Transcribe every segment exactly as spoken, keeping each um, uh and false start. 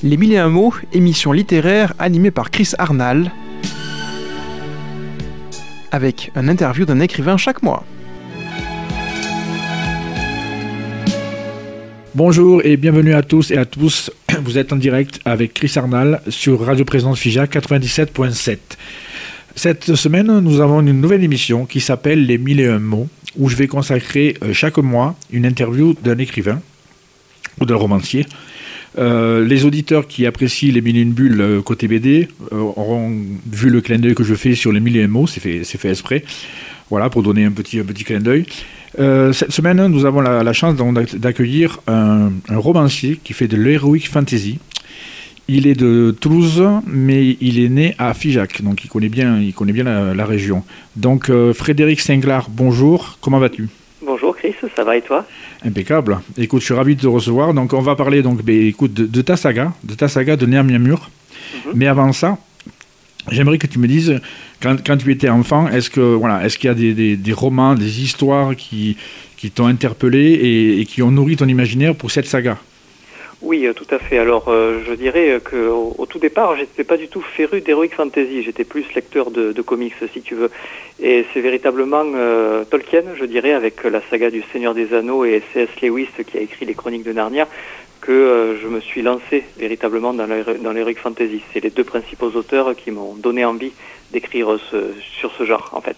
Les Mille et Un Mots, émission littéraire animée par Chris Arnal, avec un interview d'un écrivain chaque mois. Bonjour et bienvenue à tous et à tous. Vous êtes en direct avec Chris Arnal sur Radio Présence Figeac quatre-vingt-dix-sept point sept. Cette semaine, nous avons une nouvelle émission qui s'appelle Les Mille et Un Mots, où je vais consacrer chaque mois une interview d'un écrivain ou d'un romancier. Euh, les auditeurs qui apprécient les Mille et Une Bulles euh, côté B D euh, auront vu le clin d'œil que je fais sur les Mille et Un Mots, c'est fait, c'est fait exprès, voilà, pour donner un petit, un petit clin d'œil. Euh, cette semaine, nous avons la, la chance d'accueillir un, un romancier qui fait de l'heroic fantasy. Il est de Toulouse, mais il est né à Figeac, donc il connaît bien, il connaît bien la, la région. Donc euh, Frédéric Singlard, bonjour, comment vas-tu ? Bonjour Chris, ça va et toi ? Impeccable. Écoute, je suis ravi de te recevoir. Donc, on va parler donc, bah, écoute, de, de ta saga, de ta saga de Né à Miamur. Mm-hmm. Mais avant ça, j'aimerais que tu me dises, quand, quand tu étais enfant, est-ce que voilà, est-ce qu'il y a des, des, des romans, des histoires qui, qui t'ont interpellé et, et qui ont nourri ton imaginaire pour cette saga ? Oui, tout à fait. Alors, euh, je dirais qu'au au tout départ, j'étais pas du tout féru d'heroic fantasy. J'étais plus lecteur de, de comics, si tu veux. Et c'est véritablement euh, Tolkien, je dirais, avec la saga du Seigneur des Anneaux et C S Lewis qui a écrit les Chroniques de Narnia, que euh, je me suis lancé véritablement dans l'heroic fantasy. C'est les deux principaux auteurs qui m'ont donné envie d'écrire ce, sur ce genre, en fait.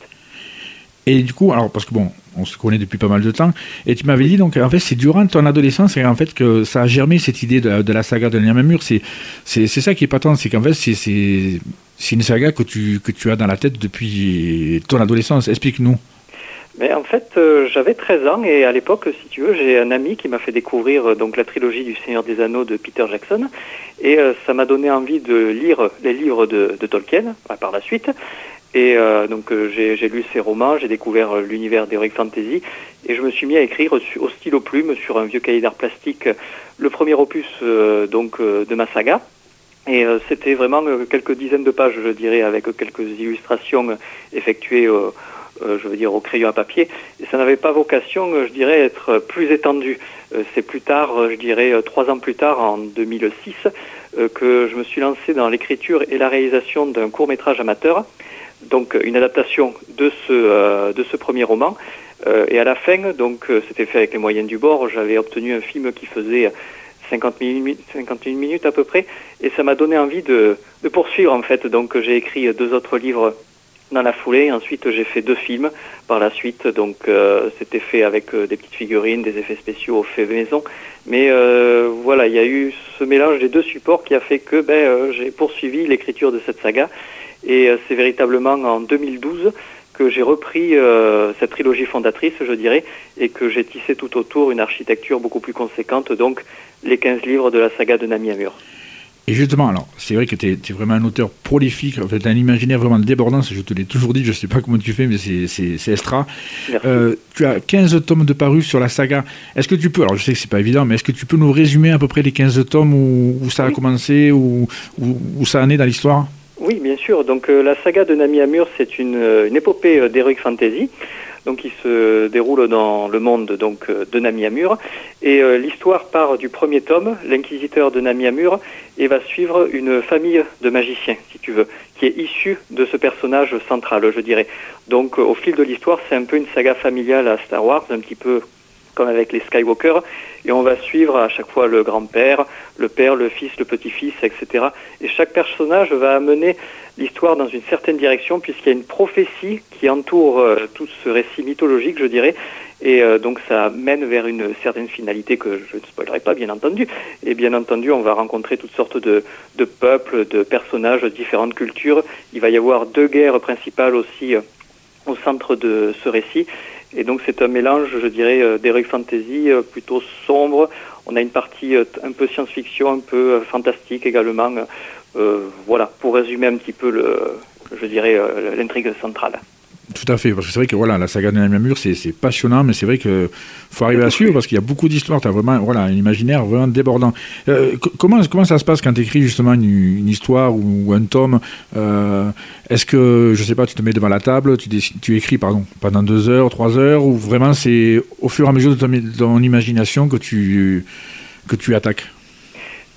Et du coup, alors parce que bon, on se connaît depuis pas mal de temps, et tu m'avais dit donc en fait c'est durant ton adolescence en fait que ça a germé cette idée de, de la saga de Né à Miamur. C'est c'est c'est ça qui est patent, c'est qu'en fait c'est c'est c'est une saga que tu que tu as dans la tête depuis ton adolescence. Explique-nous. Mais en fait, euh, j'avais treize ans et à l'époque, si tu veux, j'ai un ami qui m'a fait découvrir euh, donc la trilogie du Seigneur des Anneaux de Peter Jackson et euh, ça m'a donné envie de lire les livres de, de Tolkien euh, par la suite. Et euh, donc euh, j'ai, j'ai lu ses romans, j'ai découvert euh, l'univers d'heroic fantasy et je me suis mis à écrire su, au stylo plume sur un vieux cahier d'art plastique euh, le premier opus euh, donc euh, de ma saga. Et euh, c'était vraiment euh, quelques dizaines de pages, je dirais, avec quelques illustrations euh, effectuées, euh, euh, je veux dire, au crayon à papier. Et ça n'avait pas vocation, euh, je dirais, à être plus étendu. Euh, c'est plus tard, euh, je dirais, euh, trois ans plus tard, en deux mille six, euh, que je me suis lancé dans l'écriture et la réalisation d'un court-métrage amateur. Donc une adaptation de ce euh, de ce premier roman euh, et à la fin donc euh, c'était fait avec les moyens du bord. J'avais obtenu un film qui faisait cinquante minutes, cinquante et une minutes à peu près et ça m'a donné envie de de poursuivre en fait. Donc j'ai écrit deux autres livres dans la foulée. Ensuite j'ai fait deux films par la suite. Donc euh, c'était fait avec euh, des petites figurines, des effets spéciaux faits maison. Mais euh, voilà, il y a eu ce mélange des deux supports qui a fait que ben euh, j'ai poursuivi l'écriture de cette saga. Et euh, c'est véritablement en deux mille douze que j'ai repris euh, cette trilogie fondatrice, je dirais, et que j'ai tissé tout autour une architecture beaucoup plus conséquente, donc les quinze livres de la saga de Né à Miamur. Et justement, alors, c'est vrai que tu es vraiment un auteur prolifique, en fait, un imaginaire vraiment débordant, je te l'ai toujours dit, je ne sais pas comment tu fais, mais c'est, c'est, c'est extra. Euh, tu as quinze tomes de parus sur la saga. Est-ce que tu peux, alors je sais que c'est pas évident, mais est-ce que tu peux nous résumer à peu près les quinze tomes où, où ça a oui. commencé, où, où, où ça en est dans l'histoire ? Oui, bien sûr. Donc euh, la saga de Né à Miamur, c'est une, une épopée euh, d'heroic fantasy, donc qui se déroule dans le monde donc euh, de Né à Miamur. Et euh, l'histoire part du premier tome, l'inquisiteur de Né à Miamur, et va suivre une famille de magiciens, si tu veux, qui est issue de ce personnage central, je dirais. Donc euh, au fil de l'histoire, c'est un peu une saga familiale à Star Wars, un petit peu comme avec les Skywalker, et on va suivre à chaque fois le grand-père, le père, le fils, le petit-fils, et cetera. Et chaque personnage va amener l'histoire dans une certaine direction, puisqu'il y a une prophétie qui entoure euh, tout ce récit mythologique, je dirais, et euh, donc ça mène vers une certaine finalité que je ne spoilerai pas, bien entendu. Et bien entendu, on va rencontrer toutes sortes de, de peuples, de personnages, de différentes cultures. Il va y avoir deux guerres principales aussi euh, au centre de ce récit. Et donc c'est un mélange, je dirais, euh, d'heroic fantasy euh, plutôt sombre. On a une partie euh, un peu science-fiction, un peu euh, fantastique également. Euh, voilà, pour résumer un petit peu, le, je dirais, euh, l'intrigue centrale. Tout à fait, parce que c'est vrai que voilà, la saga de Né à Miamur, c'est, c'est passionnant, mais c'est vrai qu'il faut arriver à suivre parce qu'il y a beaucoup d'histoires. Tu as vraiment voilà, un imaginaire vraiment débordant. Euh, c- comment, comment ça se passe quand tu écris justement une, une histoire ou, ou un tome euh, Est-ce que, je sais pas, tu te mets devant la table, tu, décides, tu écris pardon, pendant deux heures, trois heures, ou vraiment c'est au fur et à mesure de ton, de ton imagination que tu, que tu attaques ? Mais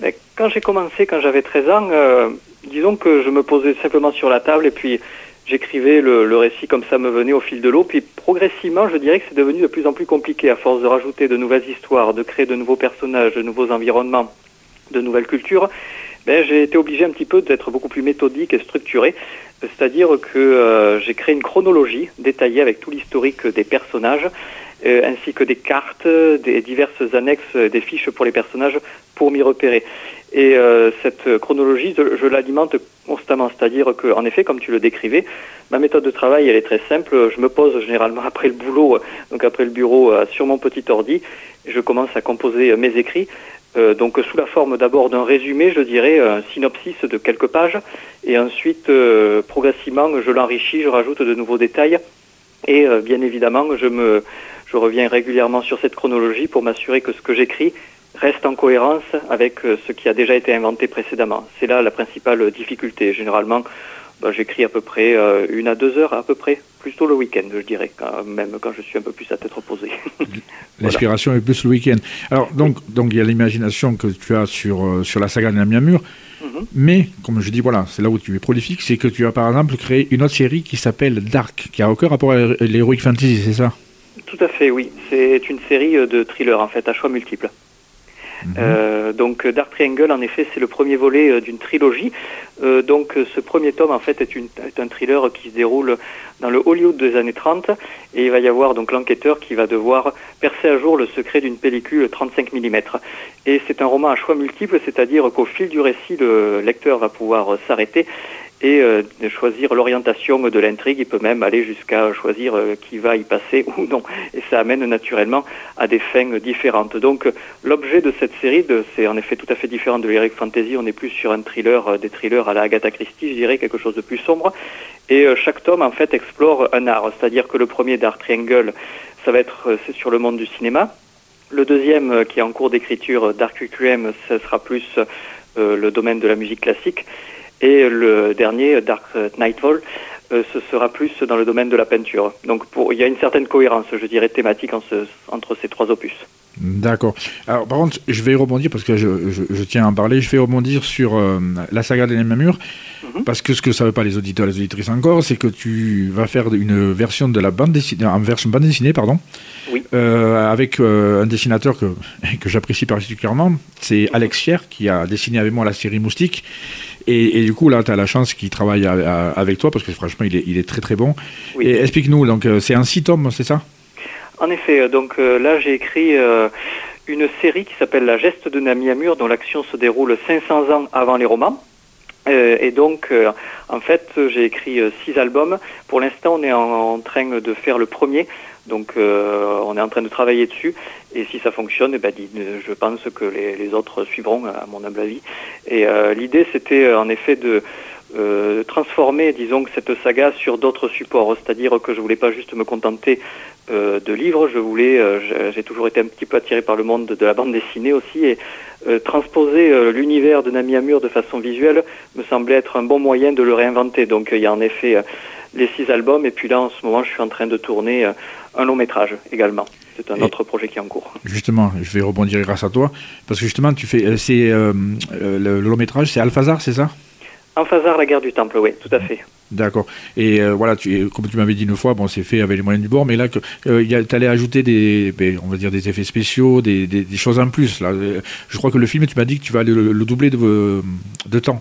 quand j'ai commencé, quand j'avais treize ans, euh, disons que je me posais simplement sur la table et puis j'écrivais le, le récit comme ça me venait au fil de l'eau. Puis progressivement, je dirais que c'est devenu de plus en plus compliqué à force de rajouter de nouvelles histoires, de créer de nouveaux personnages, de nouveaux environnements, de nouvelles cultures. Ben, j'ai été obligé un petit peu d'être beaucoup plus méthodique et structuré. C'est-à-dire que euh, j'ai créé une chronologie détaillée avec tout l'historique des personnages, euh, ainsi que des cartes, des diverses annexes, des fiches pour les personnages pour m'y repérer. Et euh, cette chronologie, je, je l'alimente constamment, c'est-à-dire que, en effet, comme tu le décrivais, ma méthode de travail, elle est très simple. Je me pose généralement après le boulot, donc après le bureau, euh, sur mon petit ordi, et je commence à composer mes écrits. Euh, donc sous la forme d'abord d'un résumé, je dirais, un synopsis de quelques pages, et ensuite, euh, progressivement, je l'enrichis, je rajoute de nouveaux détails, et euh, bien évidemment, je me, je reviens régulièrement sur cette chronologie pour m'assurer que ce que j'écris reste en cohérence avec euh, ce qui a déjà été inventé précédemment. C'est là la principale difficulté. Généralement, ben, j'écris à peu près euh, une à deux heures, à peu près, plutôt le week-end, je dirais, quand, même quand je suis un peu plus à tête reposée. L'inspiration voilà. Est plus le week-end. Alors, donc, oui. donc il y a l'imagination que tu as sur, euh, sur la saga de Namia-Mur, mm-hmm. mais, comme je dis, voilà, c'est là où tu es prolifique, c'est que tu as par exemple créé une autre série qui s'appelle Dark, qui a aucun rapport à l'Heroic Fantasy, c'est ça? Tout à fait, oui. C'est une série de thrillers, en fait, à choix multiples. Mmh. Euh, donc Dark Triangle, en effet, c'est le premier volet euh, d'une trilogie. Euh, donc ce premier tome, en fait, est, une, est un thriller qui se déroule dans le Hollywood des années trente, et il va y avoir donc l'enquêteur qui va devoir percer à jour le secret d'une pellicule trente-cinq millimètres. Et c'est un roman à choix multiples, c'est-à-dire qu'au fil du récit, le lecteur va pouvoir euh, s'arrêter et euh, choisir l'orientation de l'intrigue. Il peut même aller jusqu'à choisir euh, qui va y passer ou non. Et ça amène naturellement à des fins différentes. Donc l'objet de cette série, de, c'est en effet tout à fait différent de l'Heroic Fantasy. On est plus sur un thriller, euh, des thrillers à la Agatha Christie, je dirais, quelque chose de plus sombre. Et euh, chaque tome, en fait, explore un art. C'est-à-dire que le premier, Dark Triangle, ça va être euh, c'est sur le monde du cinéma. Le deuxième, euh, qui est en cours d'écriture, Dark Requiem, ce sera plus euh, le domaine de la musique classique. Et le dernier, Dark Nightfall, euh, ce sera plus dans le domaine de la peinture. Donc pour, il y a une certaine cohérence, je dirais, thématique en ce, entre ces trois opus. D'accord. Alors par contre, je vais rebondir, parce que je, je, je tiens à en parler, je vais rebondir sur euh, la saga de Namia-Mur, mm-hmm. parce que ce que ne savent pas les auditeurs et les auditrices encore, c'est que tu vas faire une version de la bande dessinée, en version bande dessinée, pardon, oui. euh, avec euh, un dessinateur que, que j'apprécie particulièrement, c'est Alex Scher, qui a dessiné avec moi la série Moustique. Et, et du coup, là, tu as la chance qu'il travaille à, à, avec toi, parce que franchement, il est, il est très très bon. Oui. Et explique-nous, donc euh, c'est un six tomes, c'est ça? En effet, donc euh, là, j'ai écrit euh, une série qui s'appelle La Geste de Namia-Mur, dont l'action se déroule cinq cents ans avant les romans. Euh, et donc, euh, en fait, j'ai écrit euh, six albums. Pour l'instant, on est en, en train de faire le premier. Donc, euh, on est en train de travailler dessus. Et si ça fonctionne, eh ben, je pense que les, les autres suivront, à mon humble avis. Et euh, l'idée, c'était en effet de euh, transformer, disons, cette saga sur d'autres supports. C'est-à-dire que je voulais pas juste me contenter euh, de livres. Je voulais, euh, j'ai toujours été un petit peu attiré par le monde de la bande dessinée aussi. Et euh, transposer euh, l'univers de Namia-Mur de façon visuelle me semblait être un bon moyen de le réinventer. Donc, il y a en effet euh, les six albums. Et puis là, en ce moment, je suis en train de tourner euh, un long métrage également. C'est un et autre projet qui est en cours. Justement, je vais rebondir grâce à toi, parce que justement, tu fais, c'est euh, le, le long métrage, c'est Alphazar, c'est ça? Alphazar, la guerre du Temple, oui, tout à fait. D'accord. Et euh, voilà, tu, comme tu m'avais dit une fois, bon, c'est fait avec les moyens du bord, mais là, tu euh, allais ajouter des, ben, on va dire des effets spéciaux, des, des, des choses en plus. Là, je crois que le film, tu m'as dit que tu vas le, le doubler de, de temps.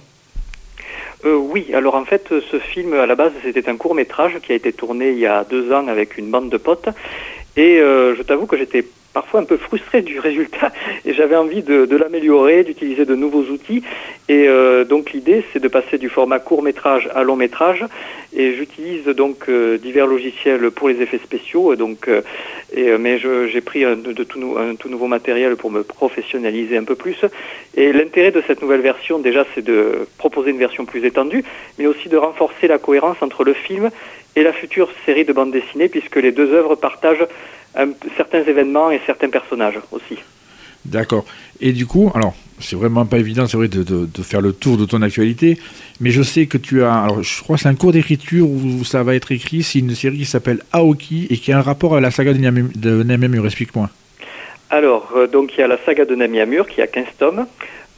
Euh, oui, alors en fait, ce film, à la base, c'était un court-métrage qui a été tourné il y a deux ans avec une bande de potes. Et euh, je t'avoue que j'étais parfois un peu frustré du résultat et j'avais envie de, de l'améliorer, d'utiliser de nouveaux outils. Et euh, donc l'idée, c'est de passer du format court-métrage à long-métrage. Et j'utilise donc euh, divers logiciels pour les effets spéciaux. Donc, euh, et, mais je, j'ai pris un, de tout, un tout nouveau matériel pour me professionnaliser un peu plus. Et l'intérêt de cette nouvelle version, déjà, c'est de proposer une version plus étendue, mais aussi de renforcer la cohérence entre le film et la future série de bande dessinée, puisque les deux œuvres partagent un, certains événements et certains personnages aussi. D'accord. Et du coup, alors, c'est vraiment pas évident, c'est vrai, de, de, de faire le tour de ton actualité, mais je sais que tu as, alors je crois que c'est un cours d'écriture où ça va être écrit, c'est une série qui s'appelle Aoki et qui a un rapport à la saga de Namia-Mur, explique-moi. Alors, euh, donc il y a la saga de Namia-Mur qui a quinze tomes.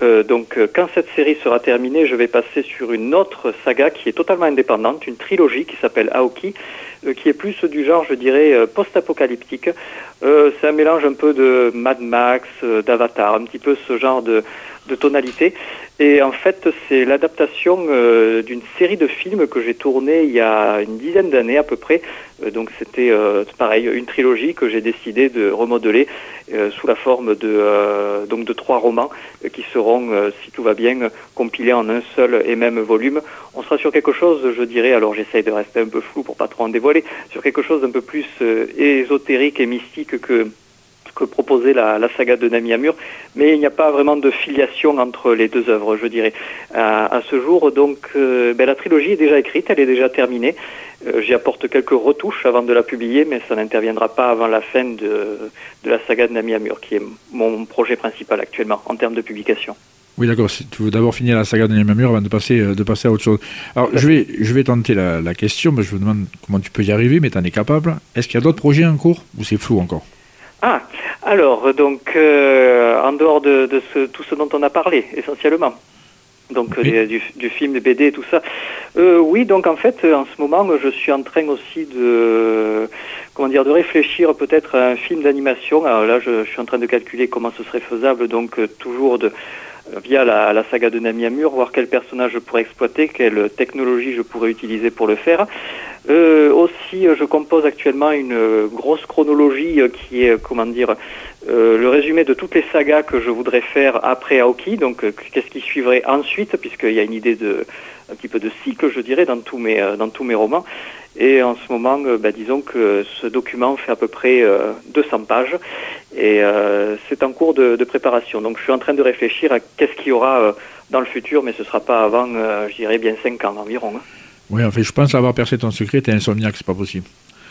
Euh, donc, euh, quand cette série sera terminée, je vais passer sur une autre saga qui est totalement indépendante, une trilogie qui s'appelle Aoki, euh, qui est plus du genre, je dirais, euh, post-apocalyptique. Euh, c'est un mélange un peu de Mad Max, euh, d'Avatar, un petit peu ce genre de, de tonalité. Et en fait, c'est l'adaptation euh, d'une série de films que j'ai tourné il y a une dizaine d'années à peu près. Euh, donc c'était euh, pareil, une trilogie que j'ai décidé de remodeler euh, sous la forme de, euh, donc de trois romans euh, qui seront, euh, si tout va bien, compilés en un seul et même volume. On sera sur quelque chose, je dirais, alors j'essaye de rester un peu flou pour pas trop en dévoiler, sur quelque chose d'un peu plus euh, ésotérique et mystique que que proposait la, la saga de Nami Amur, mais il n'y a pas vraiment de filiation entre les deux œuvres, je dirais. À, à ce jour, donc, euh, ben, la trilogie est déjà écrite, elle est déjà terminée. Euh, j'y apporte quelques retouches avant de la publier, mais ça n'interviendra pas avant la fin de, de la saga de Nami Amur, qui est mon projet principal actuellement, en termes de publication. Oui, d'accord. Tu veux d'abord finir la saga de Nami Amur avant de passer, de passer à autre chose. Alors, je vais, je vais tenter la, la question, mais je me demande comment tu peux y arriver, mais tu en es capable. Est-ce qu'il y a d'autres projets en cours ou c'est flou encore? Ah, alors, donc, euh, en dehors de, de ce, tout ce dont on a parlé, essentiellement, donc oui. les, du, du film, des B D et tout ça, euh, oui, donc en fait, en ce moment, je suis en train aussi de, comment dire, de réfléchir peut-être à un film d'animation. Alors là, je, je suis en train de calculer comment ce serait faisable, donc euh, toujours de... via la, la saga de Nami Amur, voir quel personnage je pourrais exploiter, quelle technologie je pourrais utiliser pour le faire. Euh, aussi, je compose actuellement une grosse chronologie qui est, comment dire, euh, le résumé de toutes les sagas que je voudrais faire après Aoki. Donc, euh, qu'est-ce qui suivrait ensuite, puisqu'il y a une idée de, un petit peu de cycle, je dirais, dans tous mes, dans tous mes romans. Et en ce moment, euh, bah, disons que ce document fait à peu près euh, deux cents pages et euh, c'est en cours de, de préparation. Donc, je suis en train de réfléchir à qu'est-ce qu'il y aura euh, dans le futur, mais ce sera pas avant, euh, je dirais, bien cinq ans environ. Hein. Oui, en fait, je pense avoir percé ton secret, t'es insomniaque, c'est pas possible.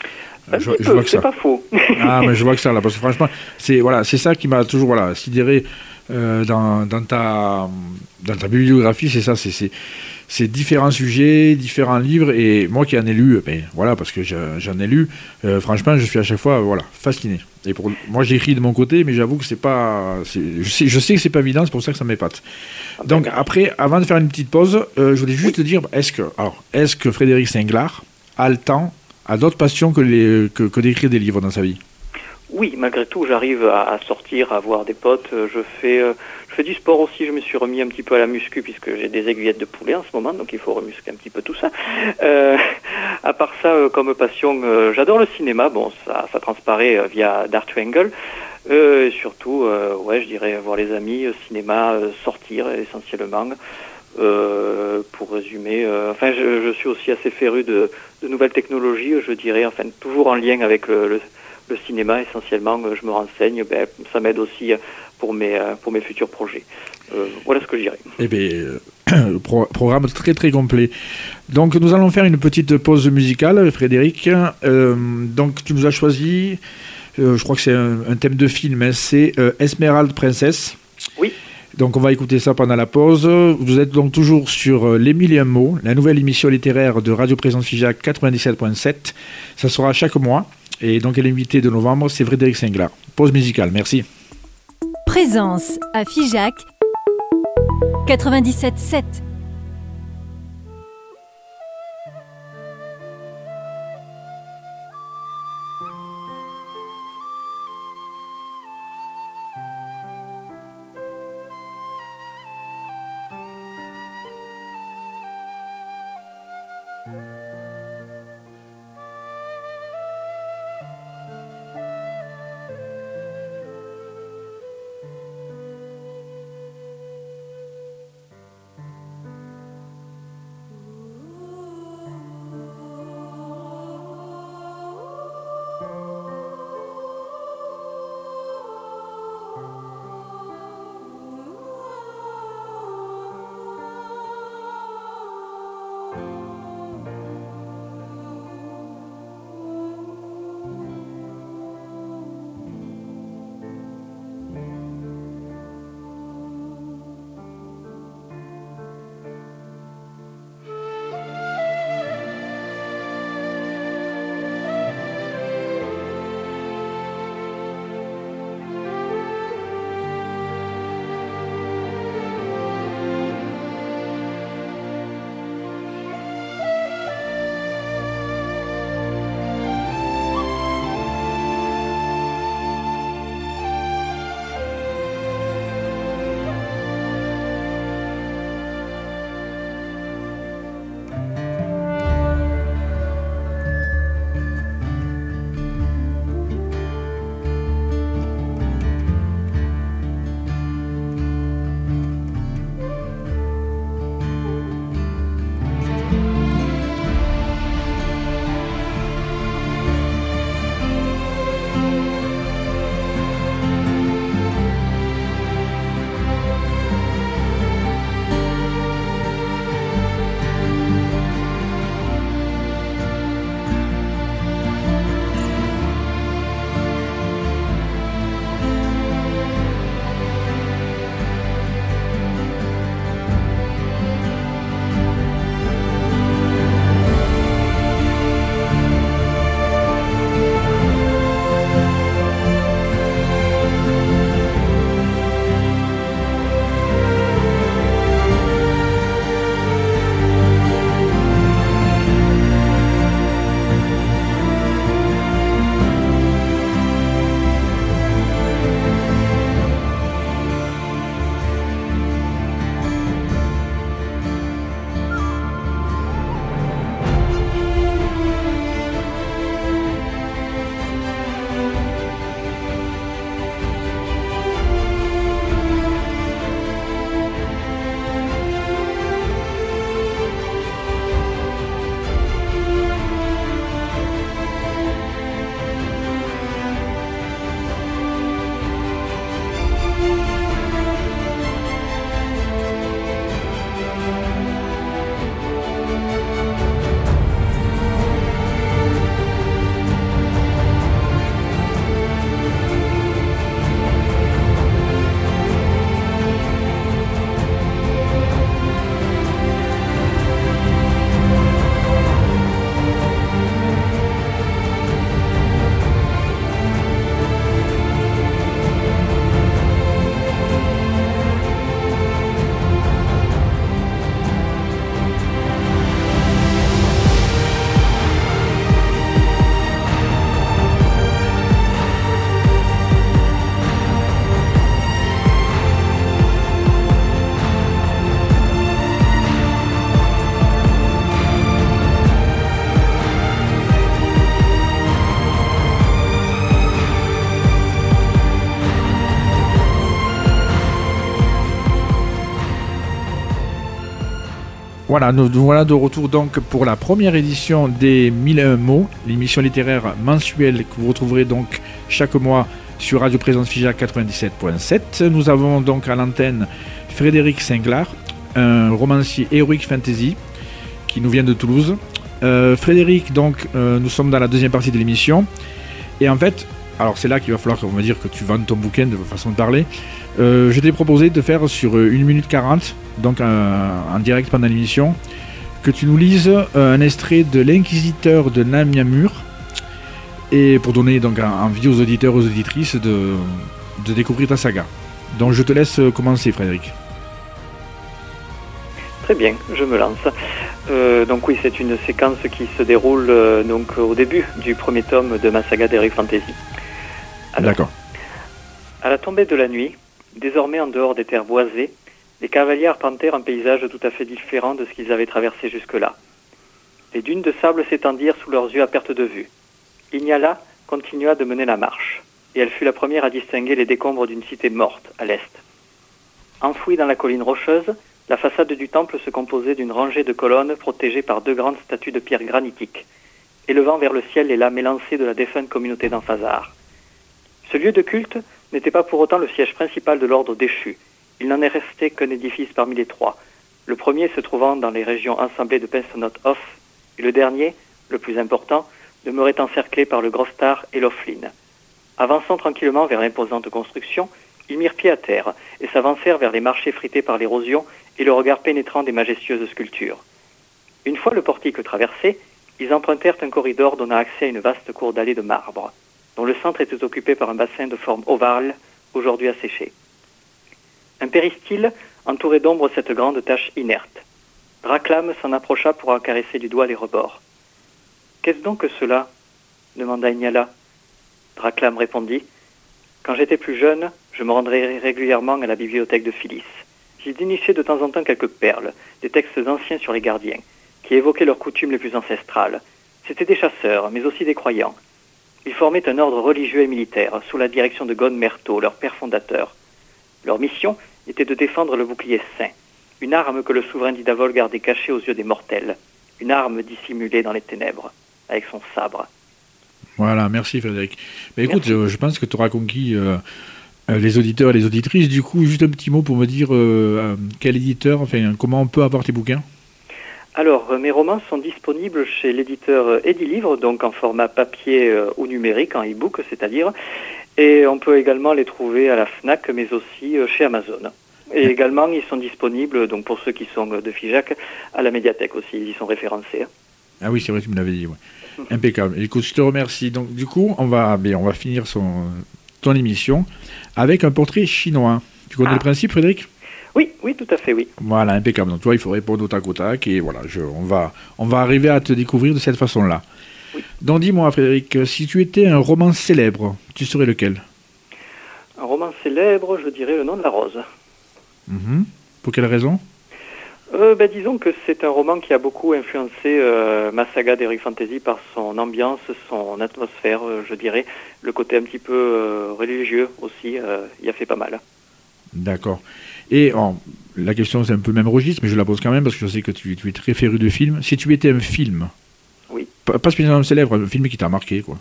Un je, petit je peu, vois que c'est ça. Pas faux. Ah, mais je vois que ça, là, parce que franchement, c'est voilà, c'est ça qui m'a toujours voilà, sidéré euh, dans, dans, ta, dans ta bibliographie, c'est ça, c'est, c'est, c'est différents sujets, différents livres, et moi qui en ai lu, ben, voilà, parce que j'en ai lu, euh, franchement, je suis à chaque fois voilà, fasciné. Et pour, moi, j'écris de mon côté, mais j'avoue que c'est pas... C'est, je, sais, je sais que c'est pas évident, c'est pour ça que ça m'épate. Ah, donc, d'accord. Après, avant de faire une petite pause, euh, je voulais juste oui. te dire, est-ce que, alors, est-ce que Frédéric Singlard a le temps, a d'autres passions que, les, que, que d'écrire des livres dans sa vie? Oui, malgré tout, j'arrive à, à sortir, à voir des potes. Je fais, euh, je fais du sport aussi. Je me suis remis un petit peu à la muscu puisque j'ai des aiguillettes de poulet en ce moment, donc il faut remuscler un petit peu tout ça. Euh, à part ça, euh, comme passion, euh, j'adore le cinéma. Bon, ça, ça transparaît euh, via Dark Triangle. Euh, et surtout, euh, ouais, je dirais voir les amis, euh, cinéma, euh, sortir essentiellement. Euh, pour résumer, euh, enfin, je, je suis aussi assez féru de, de nouvelles technologies. Je dirais, enfin, toujours en lien avec le, le Le cinéma, essentiellement, je me renseigne, ben, ça m'aide aussi pour mes, pour mes futurs projets. Euh, voilà ce que je dirais. Eh bien, euh, pro- programme très très complet. Donc, nous allons faire une petite pause musicale, Frédéric. Euh, donc, tu nous as choisi, euh, je crois que c'est un, un thème de film, hein, c'est euh, Esmeralda Princess. Oui. Donc, on va écouter ça pendant la pause. Vous êtes donc toujours sur euh, Les Mille et un mots, la nouvelle émission littéraire de Radio Présence Figeac quatre-vingt-dix-sept point sept. Ça sera chaque mois. Et donc, l'invité de novembre, c'est Frédéric Singlard. Pause musicale, merci. Présence à Figeac quatre-vingt-dix-sept sept. Voilà, nous, nous voilà de retour donc pour la première édition des mille et un mots, l'émission littéraire mensuelle que vous retrouverez donc chaque mois sur Radio Présence Figeac quatre-vingt-dix-sept point sept. Nous avons donc à l'antenne Frédéric Singlard, un romancier héroïque fantasy qui nous vient de Toulouse. Euh, Frédéric, donc, euh, nous sommes dans la deuxième partie de l'émission. Et en fait, alors c'est là qu'il va falloir qu'on va dire que tu vendes ton bouquin de façon de parler. Euh, je t'ai proposé de faire sur une minute quarante, donc euh, en direct pendant l'émission, que tu nous lises euh, un extrait de l'Inquisiteur de Namyamur, et pour donner donc envie aux auditeurs et aux auditrices de, de découvrir ta saga. Donc je te laisse commencer, Frédéric. Très bien, je me lance. Euh, donc oui, c'est une séquence qui se déroule euh, donc au début du premier tome de ma saga d'Heroic Fantasy. Alors, d'accord. À la tombée de la nuit, désormais en dehors des terres boisées, les cavaliers arpentèrent un paysage tout à fait différent de ce qu'ils avaient traversé jusque-là. Les dunes de sable s'étendirent sous leurs yeux à perte de vue. Ignala continua de mener la marche, et elle fut la première à distinguer les décombres d'une cité morte à l'est. Enfouie dans la colline rocheuse, la façade du temple se composait d'une rangée de colonnes protégées par deux grandes statues de pierre granitiques, élevant vers le ciel les lames élancées de la défunte communauté d'Anfazar. Ce lieu de culte n'était pas pour autant le siège principal de l'ordre déchu. Il n'en est resté qu'un édifice parmi les trois, le premier se trouvant dans les régions ensemblées de Pensonot-Off, et le dernier, le plus important, demeurait encerclé par le Grostar et l'Oflin. Avançant tranquillement vers l'imposante construction, ils mirent pied à terre et s'avancèrent vers les marchés frités par l'érosion et le regard pénétrant des majestueuses sculptures. Une fois le portique traversé, ils empruntèrent un corridor donnant accès à une vaste cour dallée de marbre, dont le centre était occupé par un bassin de forme ovale, aujourd'hui asséché. Un péristyle entourait d'ombre cette grande tache inerte. Draclam s'en approcha pour en caresser du doigt les rebords. « Qu'est-ce donc que cela ?» demanda Ignala. Draclam répondit. « Quand j'étais plus jeune, je me rendrais régulièrement à la bibliothèque de Phyllis. J'y dénichais de temps en temps quelques perles, des textes anciens sur les gardiens, qui évoquaient leurs coutumes les plus ancestrales. C'étaient des chasseurs, mais aussi des croyants. Ils formaient un ordre religieux et militaire, sous la direction de Gon Merto, leur père fondateur. Leur mission était de défendre le bouclier saint, une arme que le souverain d'Idavol gardait cachée aux yeux des mortels, une arme dissimulée dans les ténèbres, avec son sabre. » Voilà, merci Frédéric. Mais écoute, je, je pense que tu auras conquis euh, les auditeurs et les auditrices. Du coup, juste un petit mot pour me dire euh, quel éditeur, enfin, comment on peut avoir tes bouquins ? Alors, euh, mes romans sont disponibles chez l'éditeur Edilivre, donc en format papier euh, ou numérique, en e-book, c'est-à-dire. Et on peut également les trouver à la FNAC, mais aussi euh, chez Amazon. Et également, ils sont disponibles, donc pour ceux qui sont de Figeac, à la médiathèque aussi, ils y sont référencés. Ah oui, c'est vrai, tu me l'avais dit, ouais. Impeccable. Écoute, je te remercie. Donc, du coup, on va, bien, on va finir son, ton émission avec un portrait chinois. Tu connais ah. le principe, Frédéric ? Oui, oui, tout à fait, oui. Voilà, impeccable. Donc, toi, il faut répondre au tac au tac, et voilà, je, on, va, on va arriver à te découvrir de cette façon-là. Oui. Donc, dis-moi, Frédéric, si tu étais un roman célèbre, tu serais lequel ? Un roman célèbre, je dirais Le Nom de la Rose. Mmh. Pour quelle raison ? Euh, ben, disons que c'est un roman qui a beaucoup influencé euh, ma saga d'Heroic Fantasy par son ambiance, son atmosphère, euh, je dirais. Le côté un petit peu euh, religieux aussi, euh, il a fait pas mal. D'accord. Et oh, la question, c'est un peu le même registre, mais je la pose quand même parce que je sais que tu, tu es très féru de films. Si tu étais un film, oui. pas, pas spécialement célèbre, un film qui t'a marqué, quoi.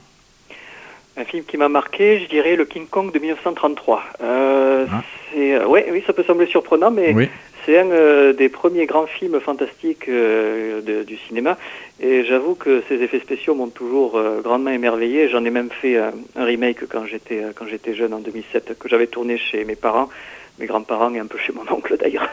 Un film qui m'a marqué, je dirais le King Kong de mille neuf cent trente-trois. Euh, ah. c'est, euh, ouais, oui, ça peut sembler surprenant, mais oui. c'est un euh, des premiers grands films fantastiques euh, de, du cinéma. Et j'avoue que ces effets spéciaux m'ont toujours euh, grandement émerveillé. J'en ai même fait un, un remake quand j'étais, quand j'étais jeune en deux mille sept, que j'avais tourné chez mes parents, mes grands-parents et un peu chez mon oncle d'ailleurs.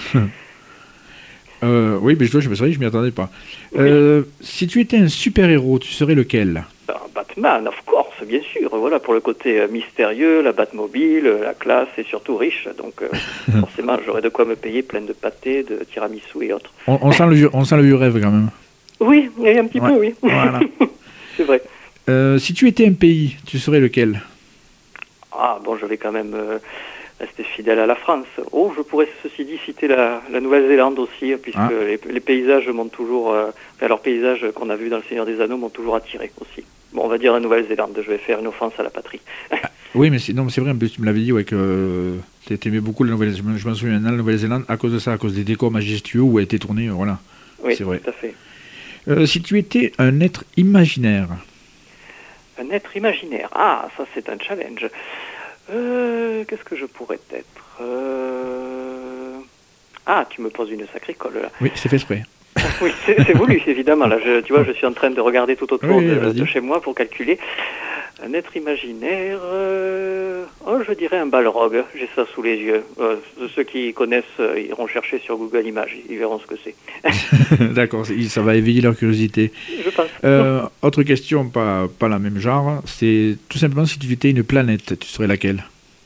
euh, oui, mais je dois, je me souviens, je m'y attendais pas. Oui. Euh, si tu étais un super-héros, tu serais lequel ? Batman, of course, bien sûr. Voilà, pour le côté euh, mystérieux, la Batmobile, la classe et surtout riche. Donc, euh, forcément, j'aurais de quoi me payer plein de pâtés, de tiramisu et autres. On, on, sent, le vieux, on sent le vieux rêve quand même. Oui, un petit ouais. peu, oui. Voilà. C'est vrai. Euh, si tu étais un pays, tu serais lequel ? Ah, bon, je vais quand même euh, rester fidèle à la France. Oh, je pourrais, ceci dit, citer la, la Nouvelle-Zélande aussi, puisque ah. les, les paysages m'ont toujours... Euh, enfin, leurs paysages qu'on a vus dans Le Seigneur des Anneaux m'ont toujours attiré aussi. Bon, on va dire la Nouvelle-Zélande, je vais faire une offense à la patrie. Oui, mais c'est, non, mais c'est vrai, en plus, tu me l'avais dit, ouais, que tu aimais beaucoup la Nouvelle-Zélande. Je m'en souviens maintenant, la Nouvelle-Zélande, à cause de ça, à cause des décors majestueux où elle était tournée, euh, voilà. Oui, c'est vrai. tout à fait. Euh, si tu étais un être imaginaire. Un être imaginaire. Ah, ça c'est un challenge. Euh, qu'est-ce que je pourrais être euh... Ah, tu me poses une sacrée colle là. Oui, c'est fait exprès. Oui, c'est, c'est voulu, évidemment. Là, je, tu vois, je suis en train de regarder tout autour oui, de, de chez moi pour calculer. Un être imaginaire, euh... oh, je dirais un balrog. J'ai ça sous les yeux. Euh, ceux qui connaissent euh, iront chercher sur Google Images, ils verront ce que c'est. D'accord, ça va éveiller leur curiosité. Je pense. Euh, autre question, pas, pas la même genre, c'est tout simplement si tu étais une planète, tu serais laquelle?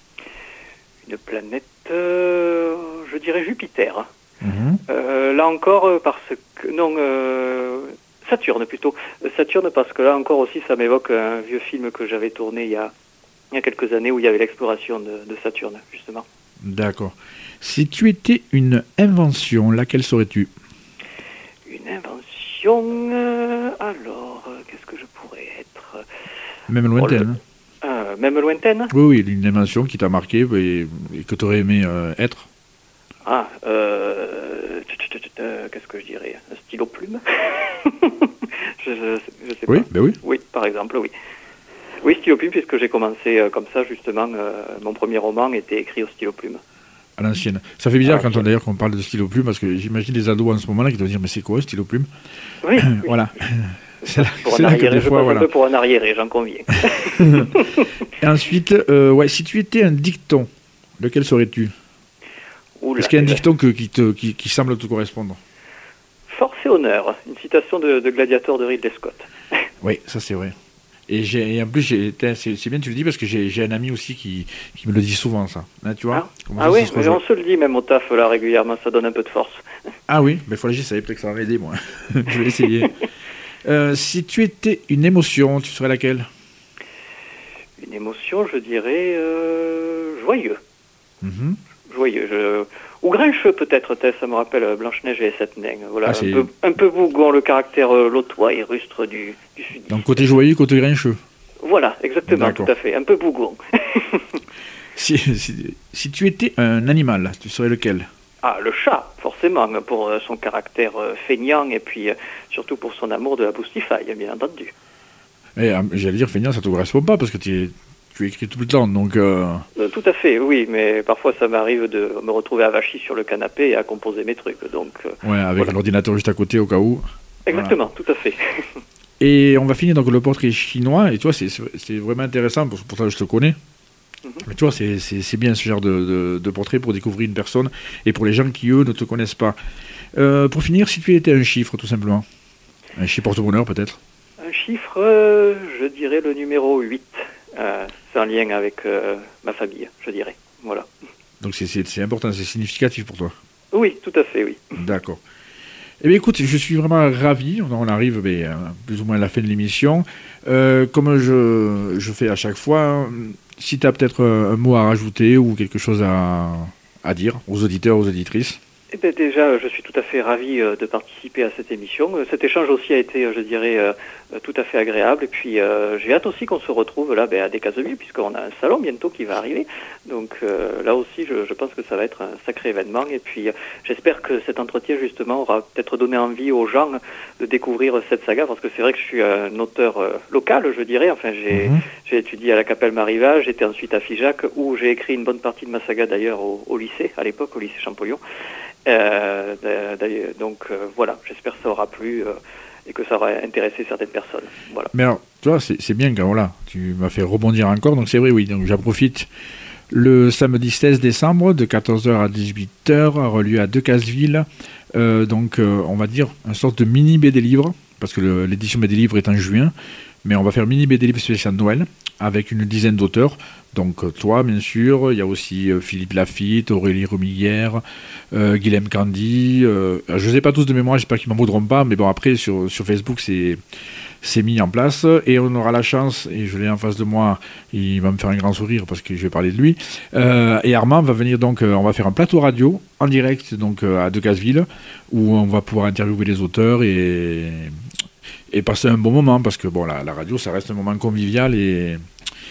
Une planète, euh, je dirais Jupiter. Mmh. Euh, là encore, parce que... Non, euh, Saturne plutôt. Saturne parce que là encore aussi, ça m'évoque un vieux film que j'avais tourné il y a, il y a quelques années où il y avait l'exploration de, de Saturne, justement. D'accord. Si tu étais une invention, laquelle serais-tu? Une invention... Euh, alors, euh, qu'est-ce que je pourrais être? Même lointaine. Oh, le... euh, même lointaine? Oui, oui, une invention qui t'a marqué et, et que tu aurais aimé euh, être. Ah, euh, qu'est-ce que je dirais? Un stylo plume? je, je, je sais oui, pas. Ben oui. Oui, par exemple, oui. Oui, stylo plume, puisque j'ai commencé euh, comme ça, justement, euh, mon premier roman était écrit au stylo plume. À l'ancienne. Ça fait bizarre quand on, d'ailleurs qu'on parle de stylo plume, parce que j'imagine les ados en ce moment-là qui doivent dire mais c'est quoi un stylo plume? Oui. Voilà. C'est là, pour c'est un là arriéré, que des je fois, passe voilà. un peu pour un arriéré, j'en conviens. Et ensuite, euh, ouais, si tu étais un dicton, lequel serais-tu? Oula, Est-ce qu'il y a un là. dicton que, qui, te, qui, qui semble te correspondre? Force et honneur, une citation de, de Gladiator de Ridley Scott. Oui, ça c'est vrai. Et, j'ai, et en plus, j'ai, c'est, c'est bien que tu le dis parce que j'ai, j'ai un ami aussi qui, qui me le dit souvent, ça. Là, tu vois, Ah, ah ça, oui, ça mais on se le dit même au taf là régulièrement, ça donne un peu de force. Ah oui, mais il faut que j'essaye, peut-être que ça va m'aider, moi. Je vais essayer. euh, si tu étais une émotion, tu serais laquelle? Une émotion, je dirais euh, joyeux. Mm-hmm. Joyeux. Je... Ou grincheux peut-être, ça me rappelle Blanche-Neige et les sept nains. Voilà, Ah, un, c'est... peu, un peu bougon, le caractère euh, lotois et rustre du, du sud. Donc côté joyeux, côté grincheux. Voilà, exactement, D'accord. tout à fait, un peu bougon. si, si, si tu étais un animal, tu serais lequel? Ah, le chat, forcément, pour euh, son caractère euh, feignant et puis euh, surtout pour son amour de la boustifaille, bien entendu. Et, euh, j'allais dire feignant, ça te correspond pas parce que tu es... Tu écris tout le temps, donc... Euh... Euh, tout à fait, oui, mais parfois ça m'arrive de me retrouver avachi sur le canapé et à composer mes trucs, donc... Euh, ouais, avec voilà. L'ordinateur juste à côté au cas où. Exactement, voilà. Tout à fait. Et on va finir donc le portrait chinois, et tu vois, c'est, c'est vraiment intéressant, pour, pour ça je te connais. Mm-hmm. Mais tu vois, c'est, c'est, c'est bien ce genre de, de, de portrait pour découvrir une personne, et pour les gens qui, eux, ne te connaissent pas. Euh, pour finir, si tu étais un chiffre, tout simplement. Un chiffre porte-bonheur, peut-être. Un chiffre, euh, je dirais le numéro huit. Euh, c'est en lien avec euh, ma famille, je dirais. Voilà. Donc c'est, c'est, c'est important, c'est significatif pour toi. Oui, tout à fait, oui. D'accord. Eh bien écoute, je suis vraiment ravi, on arrive mais, euh, plus ou moins à la fin de l'émission. Euh, comme je, je fais à chaque fois, si tu as peut-être un mot à rajouter ou quelque chose à, à dire aux auditeurs, aux auditrices. Eh bien, déjà, je suis tout à fait ravi euh, de participer à cette émission. Euh, cet échange aussi a été, euh, je dirais, euh, tout à fait agréable. Et puis, euh, j'ai hâte aussi qu'on se retrouve là ben, à Decazeville, puisqu'on a un salon bientôt qui va arriver. Donc euh, là aussi, je, je pense que ça va être un sacré événement. Et puis, euh, j'espère que cet entretien, justement, aura peut-être donné envie aux gens de découvrir cette saga, parce que c'est vrai que je suis un auteur euh, local, je dirais. Enfin, j'ai, mmh. j'ai étudié à la Capelle Mariva, j'étais ensuite à Figeac, où j'ai écrit une bonne partie de ma saga, d'ailleurs, au, au lycée, à l'époque, au lycée Champollion. Euh, donc euh, voilà, j'espère que ça aura plu euh, et que ça aura intéressé certaines personnes. Voilà. Mais alors, tu vois, c'est, c'est bien que voilà, tu m'as fait rebondir encore, donc c'est vrai, oui, donc j'en profite. Le samedi seize décembre, de quatorze heures à dix-huit heures, aura lieu à Decazeville, euh, donc euh, on va dire une sorte de mini B D livre, parce que le, l'édition B D livre est en juin, mais on va faire mini B D livre spécial Noël, avec une dizaine d'auteurs. Donc toi, bien sûr, il y a aussi euh, Philippe Lafitte, Aurélie Remiguière, euh, Guilhem Candy. Euh, je ne sais pas tous de mémoire, j'espère qu'ils ne m'en voudront pas, mais bon, après, sur, sur Facebook, c'est, c'est mis en place. Et on aura la chance, et je l'ai en face de moi, il va me faire un grand sourire parce que je vais parler de lui. Euh, et Armand va venir donc, euh, on va faire un plateau radio en direct donc, euh, à Decazeville, où on va pouvoir interviewer les auteurs et, et passer un bon moment, parce que bon, la, la radio, ça reste un moment convivial et...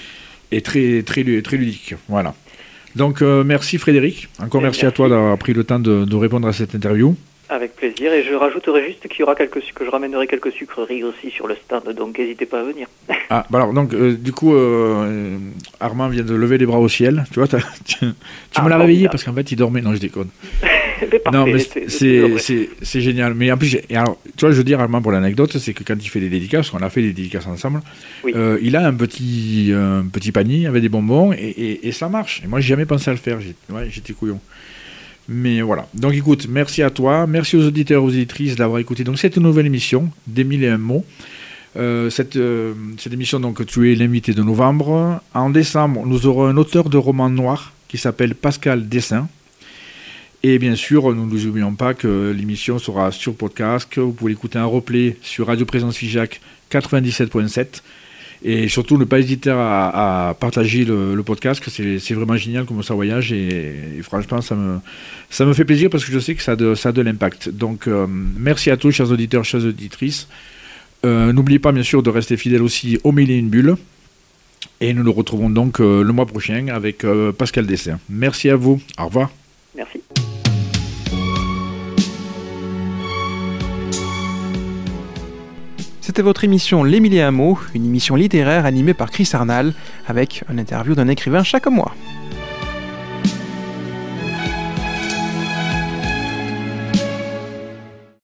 et très, très, très ludique. Voilà. Donc, euh, merci Frédéric. Encore merci, merci à toi d'avoir pris le temps de, de répondre à cette interview. Avec plaisir, et je rajouterai juste qu'il y aura quelques que je ramènerai quelques sucreries aussi sur le stand, donc n'hésitez pas à venir. Ah, bah alors donc euh, du coup euh, Armand vient de lever les bras au ciel, tu vois, tu, tu ah, me l'as réveillé parce qu'en fait il dormait, non je déconne. Mais parfait, non mais c'est, c'est, c'est, c'est génial, mais en plus, et alors, tu vois je veux dire Armand pour l'anecdote, c'est que quand il fait des dédicaces, on a fait des dédicaces ensemble, oui. euh, il a un petit, un petit panier avec des bonbons et, et, et ça marche, et moi j'ai jamais pensé à le faire, j'ai, ouais, j'étais couillon. Mais voilà. Donc écoute, merci à toi, merci aux auditeurs et aux auditrices d'avoir écouté donc cette nouvelle émission des mille et un mots. Euh, cette, euh, cette émission, donc tu es l'invité de novembre. En décembre, nous aurons un auteur de romans noirs qui s'appelle Pascal Dessin. Et bien sûr, nous ne n'oublions pas que l'émission sera sur podcast, que vous pouvez l'écouter en replay sur Radio Présence Figeac quatre-vingt-dix-sept virgule sept. Et surtout, ne pas hésiter à, à partager le, le podcast, que c'est, c'est vraiment génial comme ça voyage. Et, et franchement, ça me, ça me fait plaisir parce que je sais que ça a de, ça a de l'impact. Donc, euh, merci à tous, chers auditeurs, chères auditrices. Euh, n'oubliez pas, bien sûr, de rester fidèles aussi au Mille et une Bulles. Et nous nous retrouvons donc euh, le mois prochain avec euh, Pascal Dessin. Merci à vous. Au revoir. Merci. C'était votre émission Les Mille et un mots, une émission littéraire animée par Chris Arnal, avec une interview d'un écrivain chaque mois.